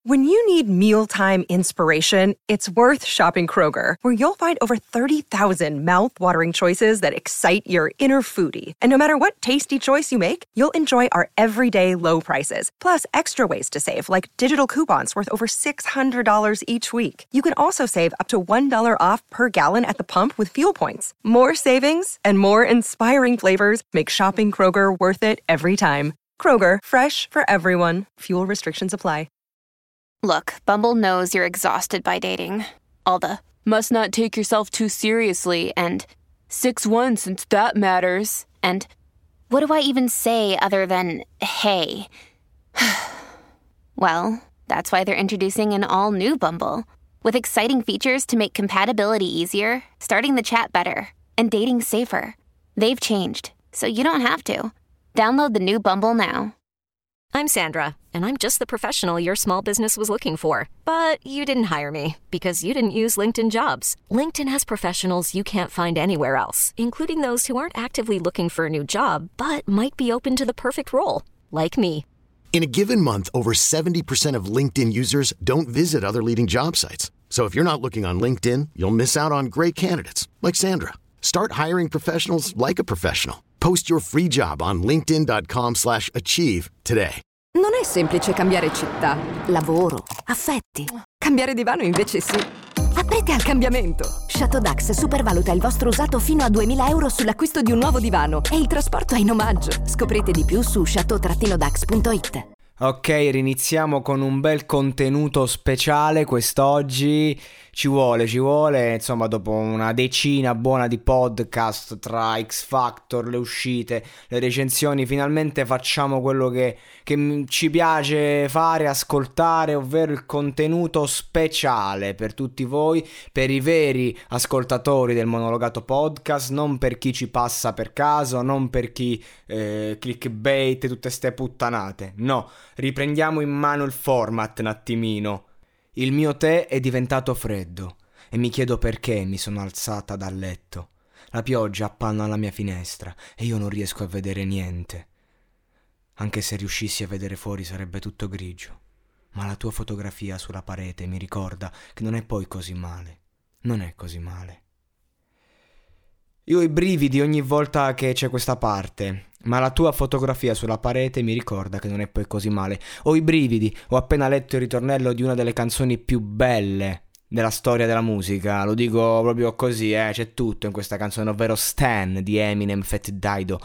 When you need mealtime inspiration, it's worth shopping Kroger, where you'll find over 30,000 mouth-watering choices that excite your inner foodie. And no matter what tasty choice you make, you'll enjoy our everyday low prices, plus extra ways to save, like digital coupons worth over $600 each week. You can also save up to $1 off per gallon at the pump with fuel points. More savings and more inspiring flavors make shopping Kroger worth it every time. Kroger, fresh for everyone. Fuel restrictions apply. Look, Bumble knows you're exhausted by dating. All the, must not take yourself too seriously, and 6'1" since that matters, and what do I even say other than, hey? Well, that's why they're introducing an all-new Bumble, with exciting features to make compatibility easier, starting the chat better, and dating safer. They've changed, so you don't have to. Download the new Bumble now. I'm Sandra, and I'm just the professional your small business was looking for. But you didn't hire me because you didn't use LinkedIn Jobs. LinkedIn has professionals you can't find anywhere else, including those who aren't actively looking for a new job, but might be open to the perfect role, like me. In a given month, over 70% of LinkedIn users don't visit other leading job sites. So if you're not looking on LinkedIn, you'll miss out on great candidates, like Sandra. Start hiring professionals like a professional. Post your free job on linkedin.com/achieve today. Non è semplice cambiare città, lavoro, affetti. Cambiare divano invece sì. Aprite al cambiamento. Shadow Dax supervaluta il vostro usato fino a 2.000 euro sull'acquisto di un nuovo divano e il trasporto è in omaggio. Scoprite di più su shadow-dax.it. Ok, riniziamo con un bel contenuto speciale quest'oggi. Ci vuole, insomma, dopo una decina buona di podcast tra X Factor, le uscite, le recensioni, finalmente facciamo quello che ci piace fare, ascoltare, ovvero il contenuto speciale per tutti voi, per i veri ascoltatori del Monologato Podcast, non per chi ci passa per caso, non per chi clickbait, tutte ste puttanate. No, riprendiamo in mano il format un attimino. Il mio tè è diventato freddo e mi chiedo perché mi sono alzata dal letto. La pioggia appanna alla mia finestra e io non riesco a vedere niente. Anche se riuscissi a vedere fuori sarebbe tutto grigio. Ma la tua fotografia sulla parete mi ricorda che non è poi così male. Non è così male. Io ho i brividi ogni volta che c'è questa parte. Ma la tua fotografia sulla parete mi ricorda che non è poi così male. Ho i brividi, ho appena letto il ritornello di una delle canzoni più belle della storia della musica. Lo dico proprio così, c'è tutto in questa canzone, ovvero Stan di Eminem, Fat Dido.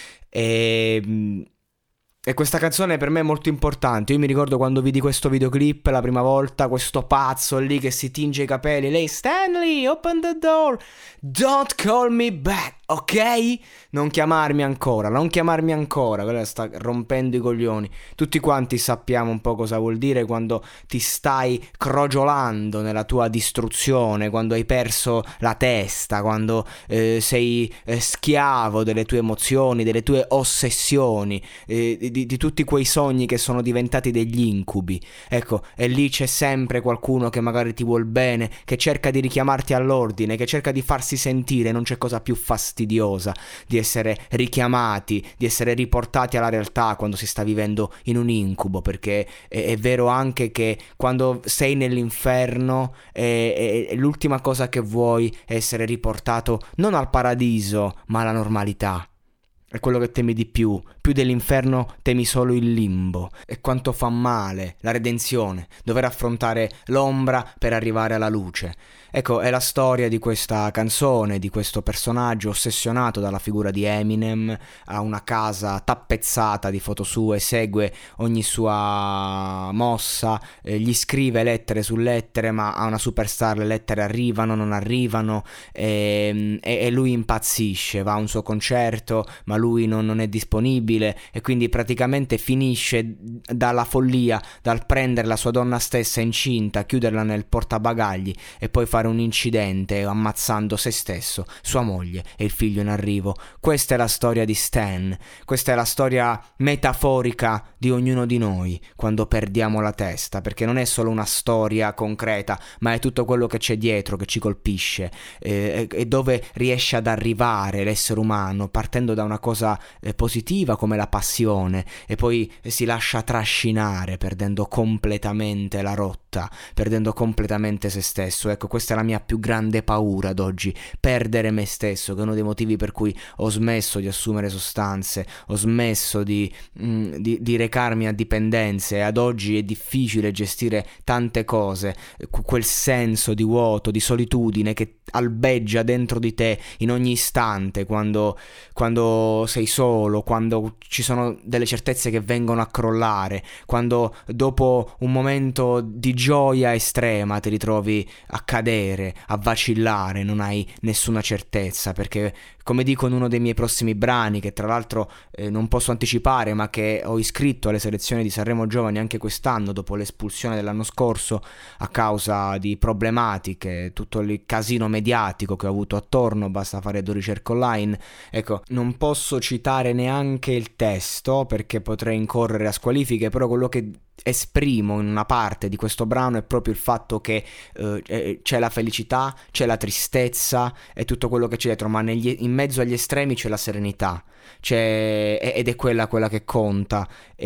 E questa canzone per me è molto importante. Io mi ricordo quando vidi questo videoclip la prima volta, questo pazzo lì che si tinge i capelli. Lei, Stanley, open the door, don't call me back, ok? Non chiamarmi ancora, quella sta rompendo i coglioni. Tutti quanti sappiamo un po' cosa vuol dire quando ti stai crogiolando nella tua distruzione, quando hai perso la testa, quando sei schiavo delle tue emozioni, delle tue ossessioni, di tutti quei sogni che sono diventati degli incubi. Ecco, e lì c'è sempre qualcuno che magari ti vuol bene, che cerca di richiamarti all'ordine, che cerca di farsi sentire. Non c'è cosa più fastidiosa di essere richiamati, di essere riportati alla realtà quando si sta vivendo in un incubo, perché è vero anche che quando sei nell'inferno l'ultima cosa che vuoi è essere riportato non al paradiso ma alla normalità. È quello che temi di più dell'inferno temi solo il limbo. E quanto fa male la redenzione, dover affrontare l'ombra per arrivare alla luce. Ecco, è la storia di questa canzone, di questo personaggio ossessionato dalla figura di Eminem, ha una casa tappezzata di foto sue, segue ogni sua mossa, gli scrive lettere su lettere, ma a una superstar le lettere arrivano, non arrivano, e lui impazzisce, va a un suo concerto, ma lui non è disponibile, e quindi praticamente finisce dalla follia, dal prendere la sua donna stessa incinta, chiuderla nel portabagagli e poi fare un incidente ammazzando se stesso, sua moglie e il figlio in arrivo. Questa è la storia di Stan, questa è la storia metaforica di ognuno di noi quando perdiamo la testa, perché non è solo una storia concreta, ma è tutto quello che c'è dietro che ci colpisce, e dove riesce ad arrivare l'essere umano partendo da una cosa positiva come la passione e poi si lascia trascinare perdendo completamente la rotta, perdendo completamente se stesso. Ecco, questa è la mia più grande paura ad oggi, perdere me stesso, che è uno dei motivi per cui ho smesso di assumere sostanze, ho smesso di recarmi a dipendenze, e ad oggi è difficile gestire tante cose, quel senso di vuoto, di solitudine che albeggia dentro di te in ogni istante, quando sei solo, quando ci sono delle certezze che vengono a crollare, quando dopo un momento di gioia estrema ti ritrovi a cadere, a vacillare, non hai nessuna certezza, perché come dico in uno dei miei prossimi brani, che tra l'altro non posso anticipare, ma che ho iscritto alle selezioni di Sanremo Giovani anche quest'anno dopo l'espulsione dell'anno scorso a causa di problematiche, tutto il casino mediatico che ho avuto attorno, basta fare 2 ricerche online. Ecco, non posso citare neanche il testo perché potrei incorrere a squalifiche, però quello che esprimo in una parte di questo brano è proprio il fatto che c'è la felicità, c'è la tristezza e tutto quello che c'è dietro, ma in mezzo agli estremi c'è la serenità, ed è quella che conta,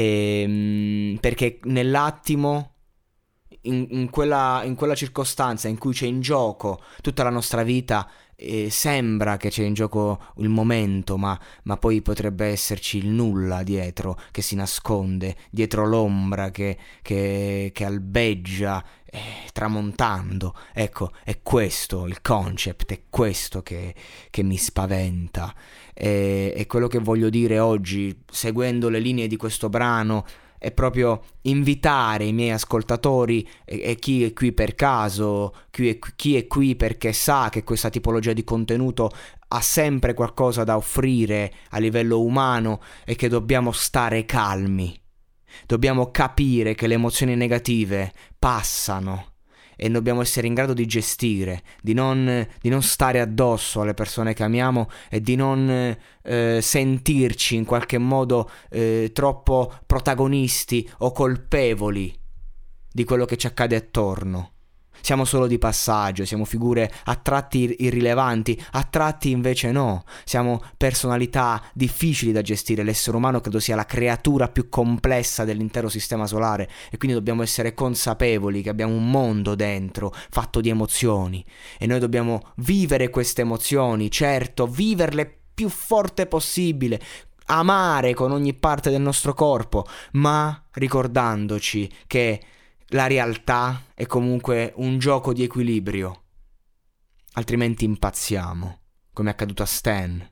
perché nell'attimo, in quella circostanza in cui c'è in gioco tutta la nostra vita, sembra che c'è in gioco il momento, ma poi potrebbe esserci il nulla dietro, che si nasconde dietro l'ombra che albeggia tramontando. Ecco, è questo il concept, è questo che mi spaventa, e quello che voglio dire oggi, seguendo le linee di questo brano, è proprio invitare i miei ascoltatori e chi è qui per caso, chi è qui perché sa che questa tipologia di contenuto ha sempre qualcosa da offrire a livello umano e che dobbiamo stare calmi. Dobbiamo capire che le emozioni negative passano e dobbiamo essere in grado di gestire, di non stare addosso alle persone che amiamo e di non sentirci in qualche modo troppo protagonisti o colpevoli di quello che ci accade attorno. Siamo solo di passaggio, siamo figure a tratti irrilevanti, a tratti invece no. Siamo personalità difficili da gestire. L'essere umano credo sia la creatura più complessa dell'intero sistema solare e quindi dobbiamo essere consapevoli che abbiamo un mondo dentro fatto di emozioni e noi dobbiamo vivere queste emozioni, certo, viverle più forte possibile, amare con ogni parte del nostro corpo, ma ricordandoci che la realtà è comunque un gioco di equilibrio, altrimenti impazziamo, come è accaduto a Stan.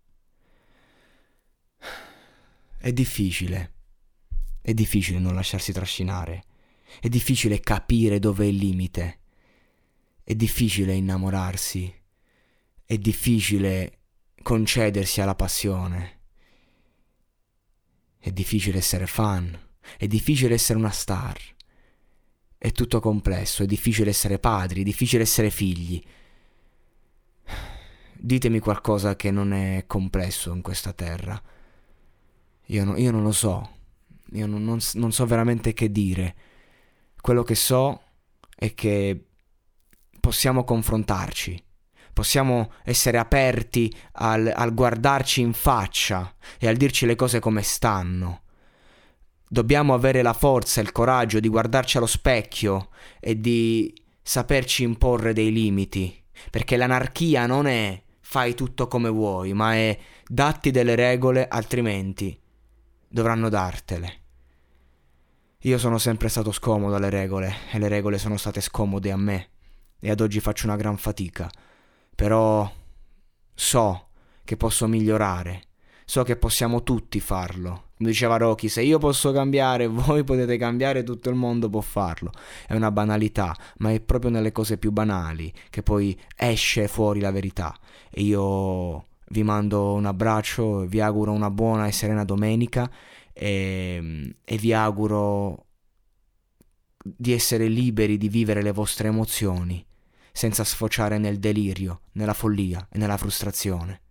È difficile non lasciarsi trascinare, è difficile capire dov'è il limite, è difficile innamorarsi, è difficile concedersi alla passione, è difficile essere fan, è difficile essere una star. È tutto complesso, è difficile essere padri, è difficile essere figli. Ditemi qualcosa che non è complesso in questa terra. Io non lo so, io non so veramente che dire. Quello che so è che possiamo confrontarci, possiamo essere aperti al guardarci in faccia e al dirci le cose come stanno. Dobbiamo avere la forza e il coraggio di guardarci allo specchio e di saperci imporre dei limiti, perché l'anarchia non è fai tutto come vuoi, ma è datti delle regole, altrimenti dovranno dartele. Io sono sempre stato scomodo alle regole e le regole sono state scomode a me e ad oggi faccio una gran fatica, però so che posso migliorare, so che possiamo tutti farlo. Come diceva Rocky, se io posso cambiare, voi potete cambiare, tutto il mondo può farlo. È una banalità, ma è proprio nelle cose più banali che poi esce fuori la verità. E io vi mando un abbraccio, vi auguro una buona e serena domenica e vi auguro di essere liberi di vivere le vostre emozioni senza sfociare nel delirio, nella follia e nella frustrazione.